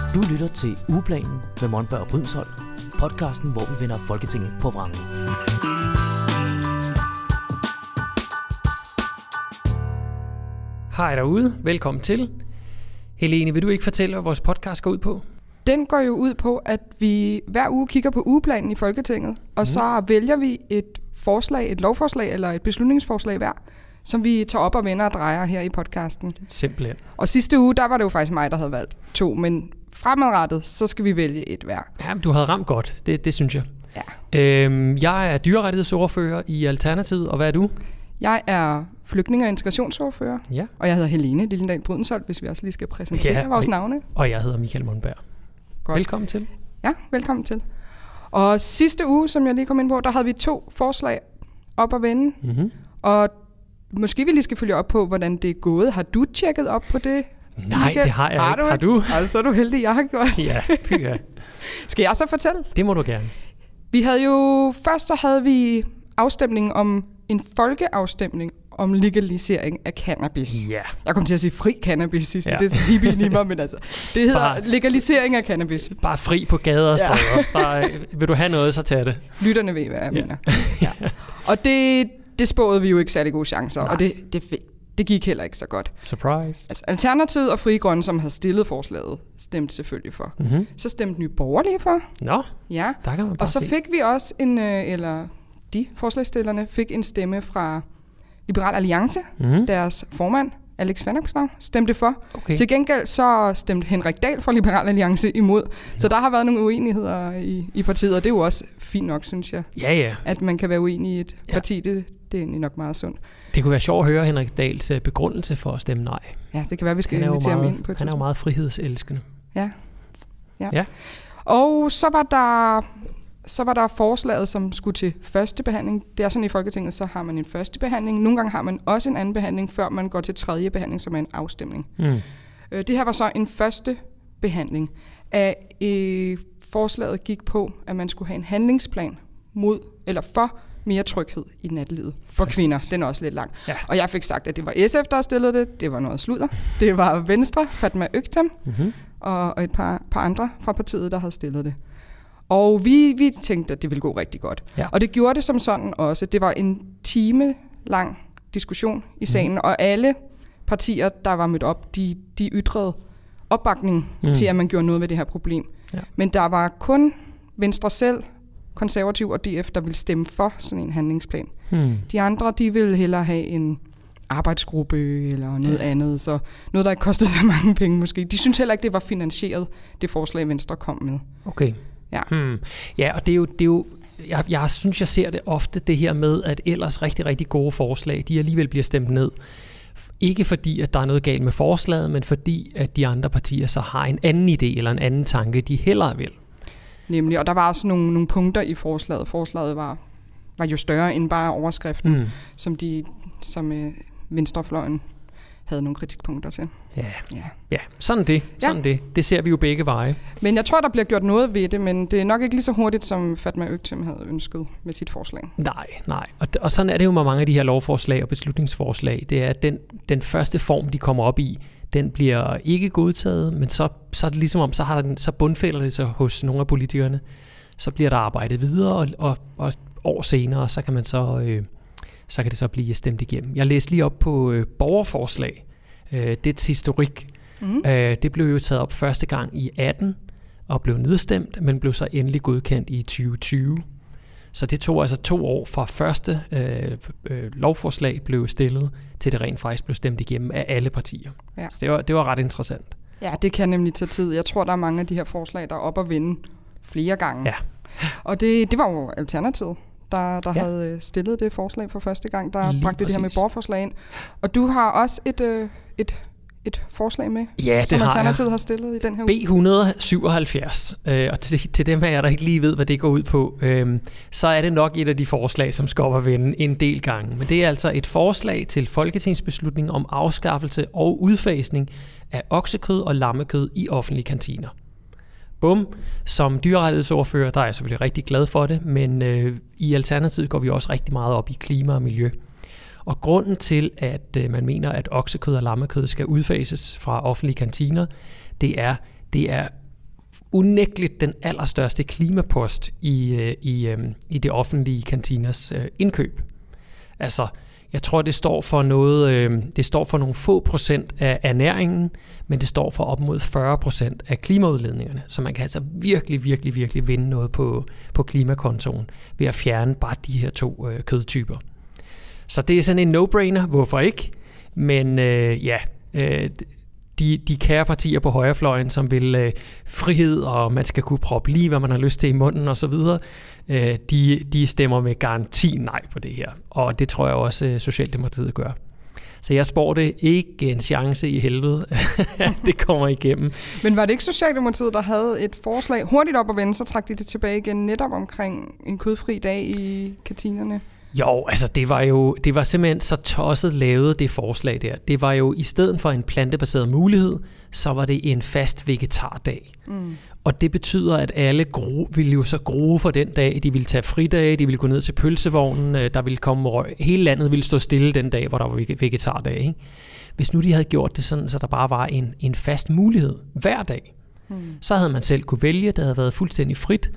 Du lytter til Ugeplanen med Monberg og Brydensholt, podcasten, hvor vi vender Folketinget på vrangen. Hej derude, velkommen til. Helene, vil du ikke fortælle, hvad vores podcast går ud på? Den går jo ud på, at vi hver uge kigger på ugeplanen i Folketinget, og så vælger vi et lovforslag eller et beslutningsforslag hver, som vi tager op og vender og drejer her i podcasten. Simpelthen. Og sidste uge, der var det jo faktisk mig, der havde valgt 2, men fremadrettet, så skal vi vælge et hver. Ja, du havde ramt godt, det synes jeg. Ja. Jeg er dyrerettighedsordfører i Alternativet, og hvad er du? Jeg er flygtninge- og integrationsordfører, Ja. og jeg hedder Helene Lillendahl Brydensholt, hvis vi også lige skal præsentere vores navne. Og jeg hedder Michael Monberg. Godt. Velkommen til. Ja, velkommen til. Og sidste uge, som jeg lige kom ind på, der havde vi 2 forslag op at vende. Mm-hmm. Og måske vi lige skal følge op på, hvordan det er gået. Har du tjekket op på det? Nej, Michael? det har jeg ikke. Har du? Altså, er du heldig, jeg har gjort. Ja, pyha. Skal jeg så fortælle? Det må du gerne. Først så havde vi afstemning om en folkeafstemning om legalisering af cannabis. Ja. Jeg kom til at sige fri cannabis sidst, Ja. det er hippien i mig, men altså, det hedder legalisering af cannabis. Bare fri på gader og stræder. Bare, vil du have noget, så tag det. Lytterne ved, hvad jeg mener. Ja. Og det spåede vi jo ikke særlig gode chancer, Nej. og det gik heller ikke så godt. Surprise. Altså, Alternativet og Frie Grønne, som havde stillet forslaget, stemte selvfølgelig for. Mm-hmm. Så stemte Nye Borgerlige for. Nå, Ja. der kan man bare Og så se. fik vi også de forslagsstillerne fik en stemme fra Liberal Alliance. Mm-hmm. Deres formand, Alex Vanopslagh, stemte for. Okay. Til gengæld så stemte Henrik Dahl fra Liberal Alliance imod. Så der har været nogle uenigheder i partiet, og det er jo også fint nok, synes jeg. Ja. At man kan være uenig i et parti, det er egentlig nok meget sundt. Det kunne være sjovt at høre Henrik Dahls begrundelse for at stemme nej. Ja, det kan være, vi skal invitere ham ind på et Han er jo tidspunkt. meget frihedselskende. Ja. Og så var der forslaget, som skulle til første behandling. Det er sådan i Folketinget, så har man en første behandling. Nogle gange har man også en anden behandling, før man går til tredje behandling, som er en afstemning. Mm. Det her var så en første behandling. Forslaget gik på, at man skulle have en handlingsplan for mere tryghed i nattelivet for kvinder. Den er også lidt lang. Ja. Og jeg fik sagt, at det var SF, der stillede det. Det var noget sludder. Det var Venstre, Fatma Øktem, Mm-hmm. og et par andre fra partiet, der havde stillet det. Og vi tænkte, at det ville gå rigtig godt. Ja. Og det gjorde det som sådan også. Det var en time lang diskussion i salen, og alle partier, der var mødt op, de ytrede opbakning til, at man gjorde noget ved det her problem. Ja. Men der var kun Venstre selv, Konservativ og DF, der ville stemme for sådan en handlingsplan. De andre, de ville hellere have en arbejdsgruppe eller noget andet, så noget, der ikke kostede så mange penge måske. De synes heller ikke, det var finansieret, det forslag, Venstre kom med. Okay. Ja. Ja, og det er jo jeg synes, jeg ser det ofte, det her med, at ellers rigtig, rigtig gode forslag, de alligevel bliver stemt ned. Ikke fordi, at der er noget galt med forslaget, men fordi, at de andre partier så har en anden idé eller en anden tanke, de hellere vil. Nemlig, og der var også nogle punkter i forslaget. Forslaget var jo større end bare overskriften, som venstrefløjen havde nogle kritikpunkter til. Ja, sådan det. Det ser vi jo begge veje. Men jeg tror, der bliver gjort noget ved det, men det er nok ikke lige så hurtigt, som Fatma Øktem havde ønsket med sit forslag. Nej. Og sådan er det jo med mange af de her lovforslag og beslutningsforslag. Det er, at den første form, de kommer op i, den bliver ikke godtaget, men så er det ligesom om, så bundfælder det sig hos nogle af politikerne. Så bliver der arbejdet videre, og år senere, så kan det så blive stemt igennem. Jeg læste lige op på borgerforslag. Dets historik. Det blev jo taget op første gang i 18 og blev nedstemt, men blev så endelig godkendt i 2020. Så det tog altså 2 år fra første lovforslag blev stillet, til det rent faktisk blev stemt igennem af alle partier. Ja. Så det var ret interessant. Ja, det kan nemlig tage tid. Jeg tror, der er mange af de her forslag, der er op at vinde flere gange. Ja. Og det var jo Alternativet, der havde stillet det forslag for første gang, der Lige bragte præcis. det her med borgerforslag ind. Og du har også et forslag med, Ja, som det har Alternativet jeg. har stillet i den her uge. B177, og til dem af jer, der ikke lige ved, hvad det går ud på, så er det nok et af de forslag, som skal op og vende en del gange. Men det er altså et forslag til folketingsbeslutning om afskaffelse og udfasning af oksekød og lammekød i offentlige kantiner. Bum. Som dyrerettighedsordfører, der er jeg selvfølgelig rigtig glad for det, men i Alternativet går vi også rigtig meget op i klima og miljø. Og grunden til, at man mener, at oksekød og lammekød skal udfases fra offentlige kantiner, det er unægteligt den allerstørste klimapost i det offentlige kantiners indkøb. Altså, jeg tror, det står for noget, det står for nogle få procent af ernæringen, men det står for op mod 40% af klimaudledningerne. Så man kan altså virkelig, virkelig, virkelig vinde noget på klimakontoen ved at fjerne bare de her 2 kødtyper. Så det er sådan en no-brainer, hvorfor ikke? Men de kære partier på højrefløjen, som vil frihed, og man skal kunne proppe lige, hvad man har lyst til i munden osv., de stemmer med garanti nej på det her. Og det tror jeg også, Socialdemokratiet gør. Så jeg spår det ikke en chance i helvede, at det kommer igennem. Men var det ikke Socialdemokratiet, der havde et forslag hurtigt op at vende, så trak de det tilbage igen netop omkring en kødfri dag i kantinerne? Jo, altså det var simpelthen så tosset lavet det forslag der. Det var jo i stedet for en plantebaseret mulighed, så var det en fast vegetardag. Og det betyder, at alle ville jo så grue for den dag. De ville tage fridage, de ville gå ned til pølsevognen, der ville komme røg. Hele landet ville stå stille den dag, hvor der var vegetardag. Ikke? Hvis nu de havde gjort det sådan, så der bare var en fast mulighed hver dag, så havde man selv kunne vælge. Det havde været fuldstændig frit.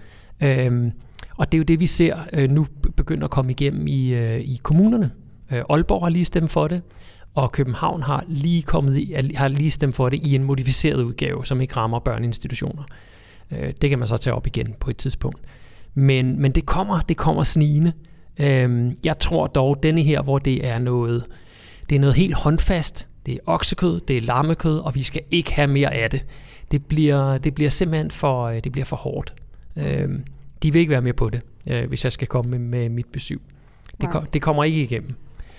Og det er jo det, vi ser nu begynder at komme igennem i kommunerne. Aalborg har lige stemt for det, og København har lige stemt for det i en modificeret udgave, som ikke rammer børneinstitutioner. Det kan man så tage op igen på et tidspunkt. Men det kommer snigende. Jeg tror dog, denne her, hvor det er noget helt håndfast, det er oksekød, det er lammekød, og vi skal ikke have mere af det. Det bliver simpelthen for hårdt. De vil ikke være med på det, hvis jeg skal komme med mit besøg. Det kommer ikke igennem.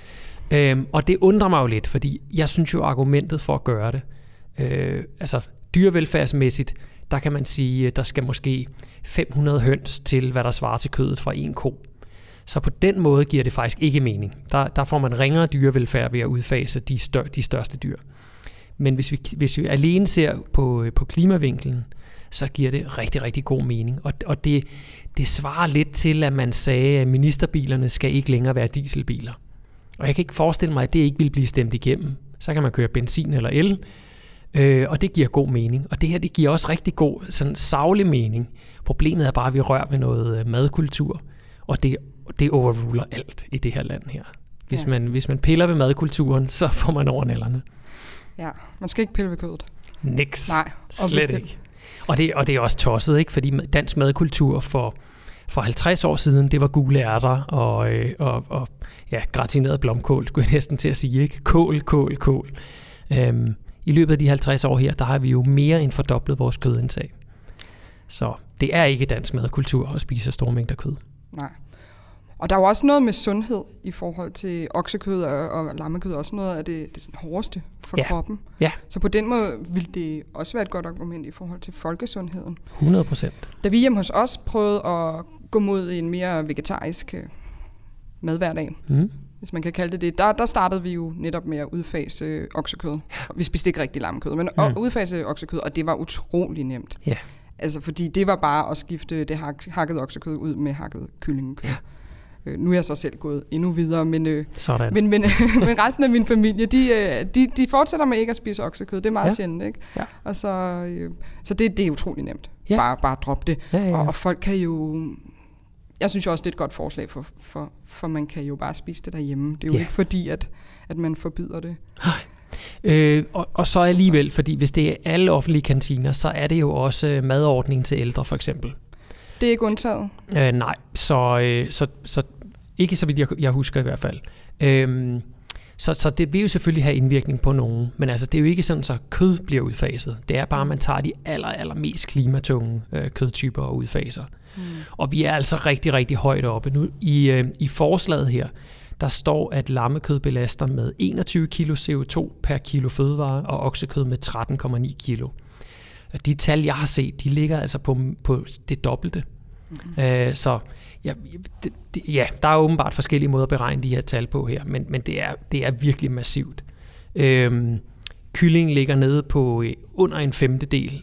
Og det undrer mig jo lidt, fordi jeg synes jo, argumentet for at gøre det, altså dyrevelfærdsmæssigt, der kan man sige, der skal måske 500 høns til, hvad der svarer til kødet fra en ko. Så på den måde giver det faktisk ikke mening. Der får man ringere dyrevelfærd ved at udfase de største dyr. Men hvis vi alene ser på klimavinklen, så giver det rigtig, rigtig god mening. Og det svarer lidt til, at man sagde, at ministerbilerne skal ikke længere være dieselbiler. Og jeg kan ikke forestille mig, at det ikke vil blive stemt igennem. Så kan man køre benzin eller el, og det giver god mening. Og det her, det giver også rigtig god, sådan saglig mening. Problemet er bare, at vi rører ved noget madkultur, og det overruler alt i det her land her. Hvis man piller ved madkulturen, så får man over nallerne. Ja, man skal ikke pille ved kødet. Niks. Nej, slet ikke. Og det er også tosset, ikke? Fordi dansk madkultur for 50 år siden, det var gule ærter og gratineret blomkål, skulle jeg næsten til at sige, ikke? Kål. I løbet af de 50 år her, der har vi jo mere end fordoblet vores kødindtag. Så det er ikke dansk madkultur at spise store mængder kød. Nej. Og der er jo også noget med sundhed i forhold til oksekød og lammekød, også noget af det sådan hårdeste for kroppen. Ja. Så på den måde vil det også være et godt argument i forhold til folkesundheden. 100%. Da vi hjemme hos os prøvede at gå mod en mere vegetarisk madhverdag, hvis man kan kalde det, der startede vi jo netop med at udfase oksekød. Vi spiste ikke rigtig lammekød, men udfase oksekød, og det var utrolig nemt. Ja. Altså fordi det var bare at skifte det hakkede oksekød ud med hakket kyllingekød. Ja. Nu er jeg så selv gået endnu videre, men resten af min familie, de fortsætter med ikke at spise oksekød. Det er meget sjældent, ikke? Ja. Og så det er utrolig nemt. Ja. Bare droppe det. Ja. Og folk kan jo... Jeg synes jo også, det er et godt forslag, for man kan jo bare spise det derhjemme. Det er jo ikke fordi, at man forbyder det. Og så alligevel, fordi hvis det er alle offentlige kantiner, så er det jo også madordning til ældre, for eksempel. Det er ikke undtaget? Nej, så ikke så vidt jeg husker i hvert fald. Så det vil jo selvfølgelig have indvirkning på nogen, men altså det er jo ikke sådan, så kød bliver udfaset. Det er bare, at man tager de allermest klimatunge kødtyper og udfaser. Og vi er altså rigtig, rigtig højt oppe nu. I forslaget her, der står, at lammekød belaster med 21 kilo CO2 per kilo fødevare, og oksekød med 13,9 kilo. De tal, jeg har set, de ligger altså på det dobbelte. Så der er åbenbart forskellige måder at beregne de her tal på her, men det er virkelig massivt. Kylling ligger nede på under en femtedel,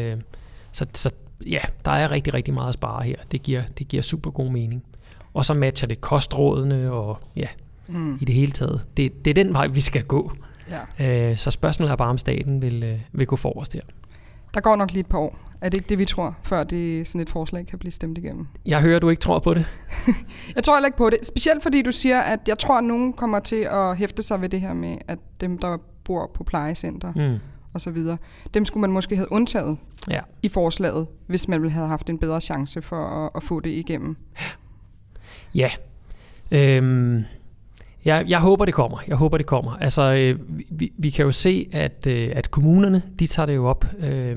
så der er rigtig, rigtig meget at spare her. Det giver super god mening. Og så matcher det kostrådene, og i det hele taget. Det er den vej, vi skal gå. Ja. Så spørgsmålet er bare, om staten vil gå forrest her. Der går nok lige et par år. Er det ikke det, vi tror, før det sådan et forslag kan blive stemt igennem? Jeg hører, du ikke tror på det. Jeg tror heller ikke på det. Specielt fordi du siger, at jeg tror, at nogen kommer til at hæfte sig ved det her med, at dem, der bor på plejecenter og så videre, dem skulle man måske have undtaget i forslaget, hvis man ville have haft en bedre chance for at få det igennem. Ja. Jeg håber, det kommer. Altså, vi kan jo se, at kommunerne, de tager det jo op.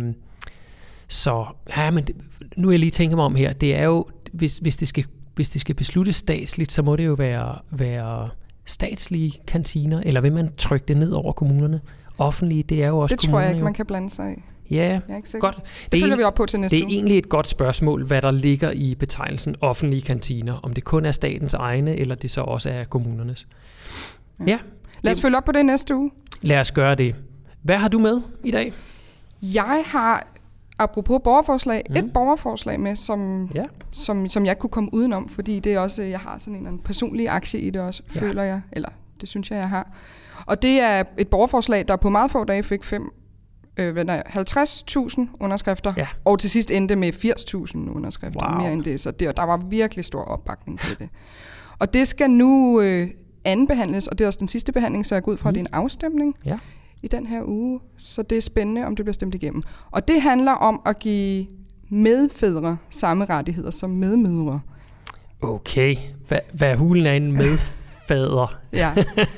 Så men nu er jeg lige tænker mig om her. Det er jo, hvis det skal besluttes statsligt, så må det jo være statslige kantiner, eller vil man trykke det ned over kommunerne? Offentlige, det er jo også kommunerne. Det tror jeg ikke, man kan blande sig i. Ja, godt. Det følger vi op på til næste uge. Det er egentlig et godt spørgsmål, hvad der ligger i betegnelsen offentlige kantiner. Om det kun er statens egne, eller det så også er kommunernes. Ja. Lad os følge op på det næste uge. Lad os gøre det. Hvad har du med i dag? Jeg har, apropos borgerforslag, et borgerforslag med, som jeg kunne komme udenom, fordi det er også, jeg har sådan en personlig aktie i det også, føler jeg. Eller det synes jeg har. Og det er et borgerforslag, der på meget få dage fik 50.000 underskrifter, og til sidst endte med 80.000 underskrifter, mere end det. Så der var virkelig stor opbakning til det. Og det skal nu andenbehandles, og det er også den sidste behandling, så jeg går ud fra, at det er en afstemning i den her uge. Så det er spændende, om det bliver stemt igennem. Og det handler om at give medfædre samme rettigheder som medmødre. Okay. Hvad hulen er en medfader? Ja.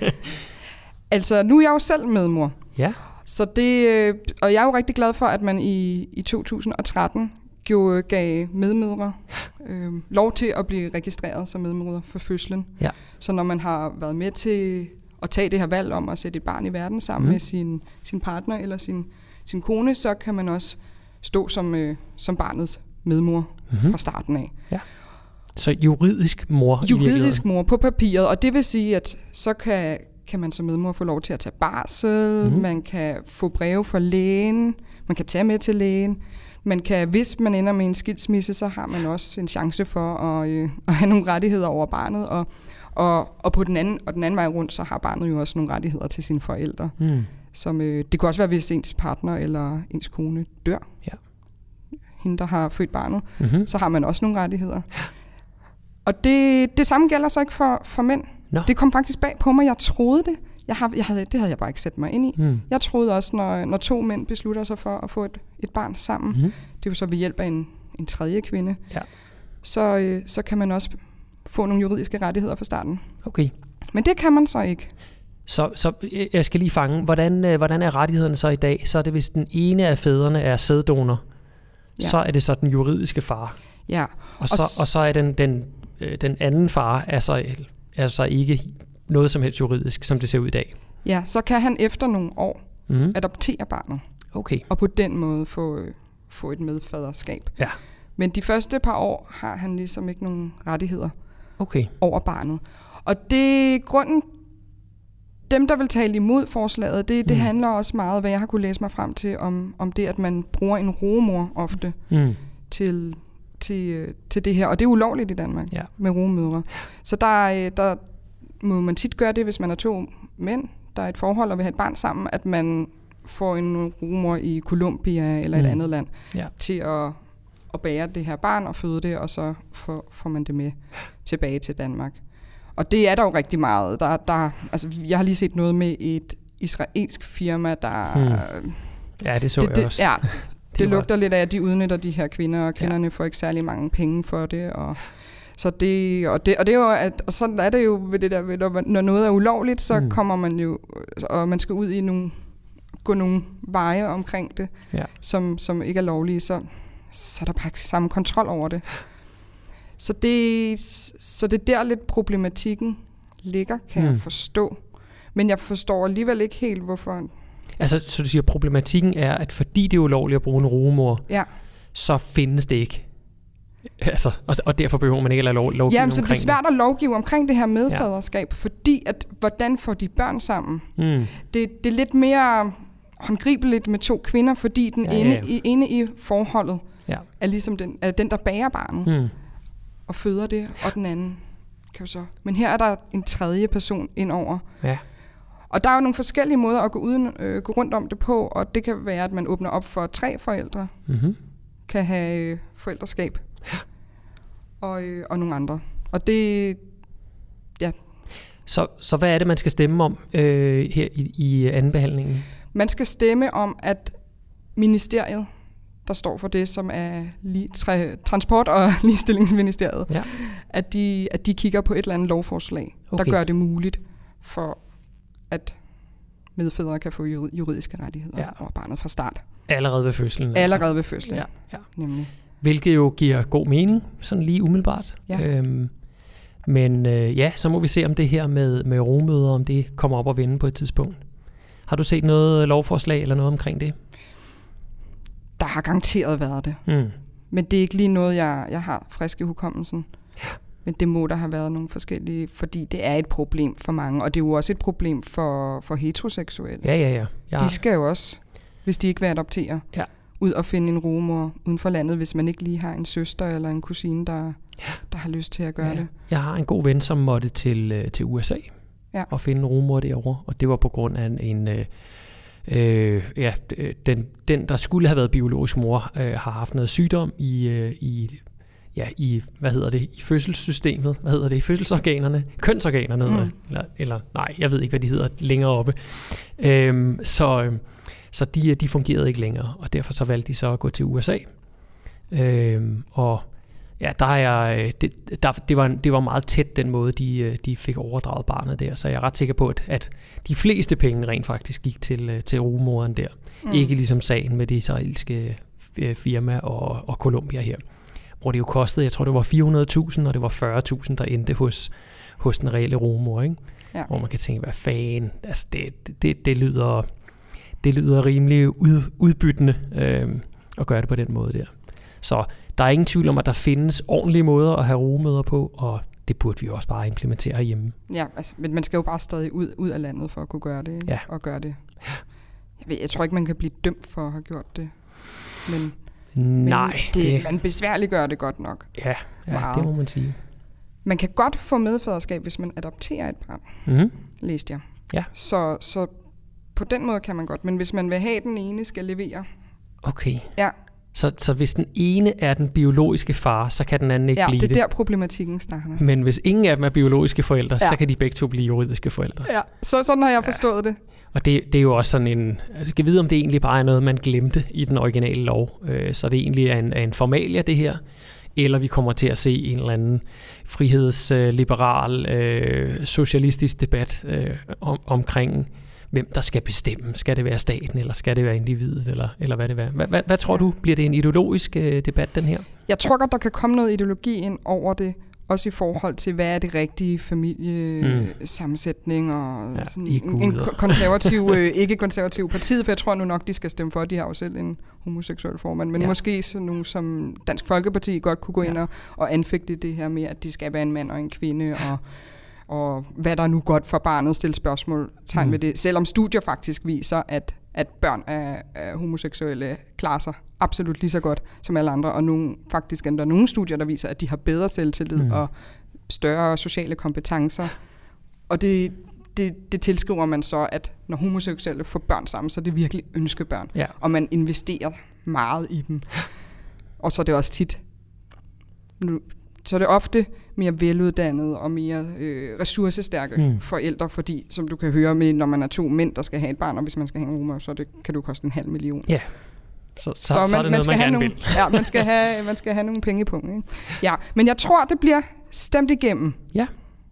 Altså, nu er jeg jo selv medmor. Ja. Så og jeg er jo rigtig glad for, at man i 2013 gav medmødre lov til at blive registreret som medmødre for fødslen. Ja. Så når man har været med til at tage det her valg om at sætte et barn i verden sammen med sin partner eller sin kone, så kan man også stå som barnets medmor fra starten af. Ja. Så juridisk mor. Juridisk mor på papiret, og det vil sige, at så kan man som medmor få lov til at tage barsel, man kan få breve fra lægen, man kan tage med til lægen, man kan, hvis man ender med en skilsmisse, så har man også en chance for at have nogle rettigheder over barnet, og på den anden vej rundt, så har barnet jo også nogle rettigheder til sine forældre. Som, det kunne også være, hvis ens partner eller ens kone dør. Ja. Hende, der har født barnet, så har man også nogle rettigheder. Og det samme gælder så ikke for mænd. No. Det kom faktisk bag på mig. Jeg troede det. Det havde jeg bare ikke sat mig ind i. Jeg troede også, når to mænd beslutter sig for at få et barn sammen, det er jo så ved hjælp af en tredje kvinde, så kan man også få nogle juridiske rettigheder fra starten. Okay. Men det kan man så ikke. Så jeg skal lige fange, hvordan er rettighederne så i dag? Så er det, hvis den ene af fædrene er sæddonor, så er det så den juridiske far. Ja. Og så er den anden far er så ikke noget som helst juridisk, som det ser ud i dag. Ja, så kan han efter nogle år adoptere barnet. Okay. Og på den måde få et medfaderskab. Ja. Men de første par år har han ligesom ikke nogen rettigheder over barnet. Og det grunden, dem der vil tale imod forslaget, det handler også meget, hvad jeg har kunne læse mig frem til, om det, at man bruger en rugemor ofte til det her. Og det er ulovligt i Danmark med rugemødre. Så der må man tit gøre det, hvis man er to mænd, der er et forhold og vil have et barn sammen, at man får en rugemor i Colombia eller et andet land til at bære det her barn og føde det, og så får man det med tilbage til Danmark. Og det er der jo rigtig meget. Altså, jeg har lige set noget med et israelsk firma, der... Ja, det så jeg også. Ja, det lugter lidt af, at de udnytter de her kvinder, og kvinderne får ikke særlig mange penge for det, og det er jo, og sådan er det jo ved det der, når noget er ulovligt, så kommer man jo, og man skal ud i gå nogle veje omkring det, som ikke er lovlige, så er der bare ikke samme kontrol over det. Så det er der lidt problematikken ligger, kan jeg forstå. Men jeg forstår alligevel ikke helt, hvorfor... Altså, så du siger, problematikken er, at fordi det er ulovligt at bruge en rugemor, så findes det ikke. Altså, og derfor behøver man ikke at lovgive omkring det. Så det er svært at lovgive omkring det her medfaderskab, fordi at, hvordan får de børn sammen? Det er lidt mere håndgribeligt med to kvinder, fordi den ene i forholdet er ligesom den, der bærer barnet og føder det, og den anden kan jo så... Men her er der en tredje person indover. Ja. Og der er jo nogle forskellige måder at gå rundt om det på, og det kan være, at man åbner op for 3 forældre, kan have forældreskab, og nogle andre. Og det, ja. Så hvad er det, man skal stemme om her i anden behandlingen? Man skal stemme om, at ministeriet, der står for det, som er Transport- og Ligestillingsministeriet, at de kigger på et eller andet lovforslag, der gør det muligt for, at medfædre kan få juridiske rettigheder over barnet fra start. Allerede ved fødslen. Allerede ved fødslen, nemlig. Hvilket jo giver god mening, sådan lige umiddelbart. Ja. Men så må vi se, om det her med rugemødre, om det kommer op og vende på et tidspunkt. Har du set noget lovforslag eller noget omkring det? Der har garanteret været det. Men det er ikke lige noget, jeg har frisk i hukommelsen. Ja. Men det må der have været nogle forskellige, fordi det er et problem for mange, og det er jo også et problem for heteroseksuelle. Ja. De skal jo også, hvis de ikke vil adoptere, ud og finde en rugemor uden for landet, hvis man ikke lige har en søster eller en kusine, der har lyst til at gøre det. Jeg har en god ven, som måtte til USA og finde en rugemor derovre, og det var på grund af den der skulle have været biologisk mor, har haft noget sygdom i fødselssystemet, fødselsorganerne, kønsorganerne, eller nej, jeg ved ikke, hvad de hedder længere oppe. Så de fungerede ikke længere, og derfor så valgte de så at gå til USA. Og ja, det var meget tæt den måde, de fik overdraget barnet der, så jeg er ret sikker på, at de fleste penge rent faktisk gik til rugemoren der. Ikke ligesom sagen med det israelske firma og Colombia her, hvor det jo kostede, jeg tror det var 400.000, og det var 40.000, der endte hos den reelle rugemor, ikke? Ja. Hvor man kan tænke, hvad fanden, altså det lyder rimelig udbyttende at gøre det på den måde der. Så der er ingen tvivl om, at der findes ordentlige måder at have rugemødre på, og det burde vi også bare implementere herhjemme. Ja, altså, men man skal jo bare stadig ud af landet for at kunne gøre det, ikke? Og gøre det. Jeg tror ikke, man kan blive dømt for at have gjort det. Man besværliggør det godt nok. Ja, det må man sige. Man kan godt få medfaderskab, hvis man adopterer et barn, læste jeg. Ja. Så på den måde kan man godt, men hvis man vil have, den ene skal levere. Okay. Ja. Så hvis den ene er den biologiske far, så kan den anden ikke blive det? Ja, det er der problematikken starter. Men hvis ingen af dem er biologiske forældre, så kan de begge to blive juridiske forældre. Ja, sådan har jeg forstået det. Og det er jo også sådan en... Altså, jeg kan vide, om det egentlig bare er noget, man glemte i den originale lov. Så det egentlig er en formalia, det her. Eller vi kommer til at se en eller anden frihedsliberal, socialistisk debat omkring... hvem der skal bestemme. Skal det være staten, eller skal det være individet, eller hvad det er? Hvad tror du? Bliver det en ideologisk debat, den her? Jeg tror godt, der kan komme noget ideologi ind over det, også i forhold til, hvad er det rigtige familiesammensætning, og sådan en konservativ, ikke-konservativ partiet, for jeg tror nu nok, de skal stemme for. De har jo selv en homoseksuel formand, men måske sådan nogen som Dansk Folkeparti godt kunne gå ind og anfægte det her med, at de skal være en mand og en kvinde, og hvad der er nu godt for barnet, stille spørgsmålstegn ved det. Selvom studier faktisk viser, at børn af homoseksuelle klarer sig absolut lige så godt som alle andre, og faktisk er der nogle studier, der viser, at de har bedre selvtillid og større sociale kompetencer. Og det tilskriver man så, at når homoseksuelle får børn sammen, så er det virkelig ønskebørn, og man investerer meget i dem. Og så er det også tit... Så er det ofte mere veluddannede og mere ressourcestærke forældre, fordi, som du kan høre med, når man er 2 mænd, der skal have et barn, og hvis man skal have en rumor, så kan det koste 500.000. Ja, så er det noget, man gerne vil. Ja, man skal have nogle penge på. Ikke? Ja, men jeg tror, det bliver stemt igennem. Ja.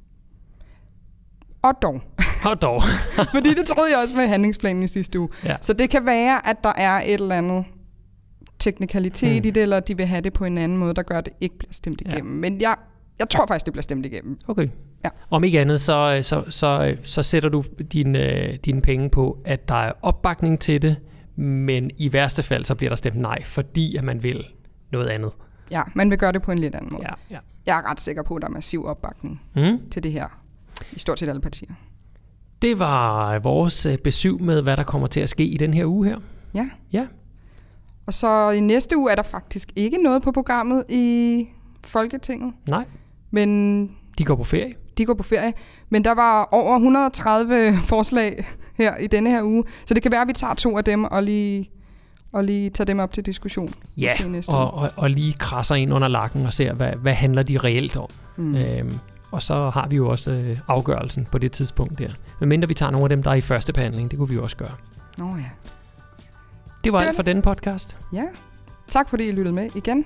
Og dog. Fordi det troede jeg også med handlingsplanen i sidste uge. Ja. Så det kan være, at der er et eller andet teknikalitet i det, eller de vil have det på en anden måde, der gør, at det ikke bliver stemt igennem. Men jeg tror faktisk, det bliver stemt igennem. Okay. Ja. Om ikke andet, så sætter du dine penge på, at der er opbakning til det, men i værste fald, så bliver der stemt nej, fordi at man vil noget andet. Ja, man vil gøre det på en lidt anden måde. Ja. Jeg er ret sikker på, at der er massiv opbakning til det her, i stort set alle partier. Det var vores besøg med, hvad der kommer til at ske i den her uge her. Ja. Og så i næste uge er der faktisk ikke noget på programmet i Folketinget. Nej. Men de går på ferie. de går på ferie. Men der var over 130 forslag her i denne her uge, så det kan være, at vi tager 2 af dem og lige tager dem op til diskussion. Ja, og lige krasser ind under lakken og ser, hvad handler de reelt om. Og så har vi jo også afgørelsen på det tidspunkt der. Men mindre vi tager nogle af dem, der er i første behandling, det kunne vi jo også gøre. Nå ja. Det var alt for denne podcast. Ja. Tak fordi I lyttede med igen.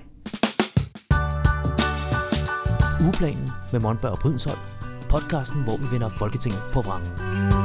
Ugeplanen med Monberg og Brydensholt. Podcasten, hvor vi vender Folketinget på vrangen.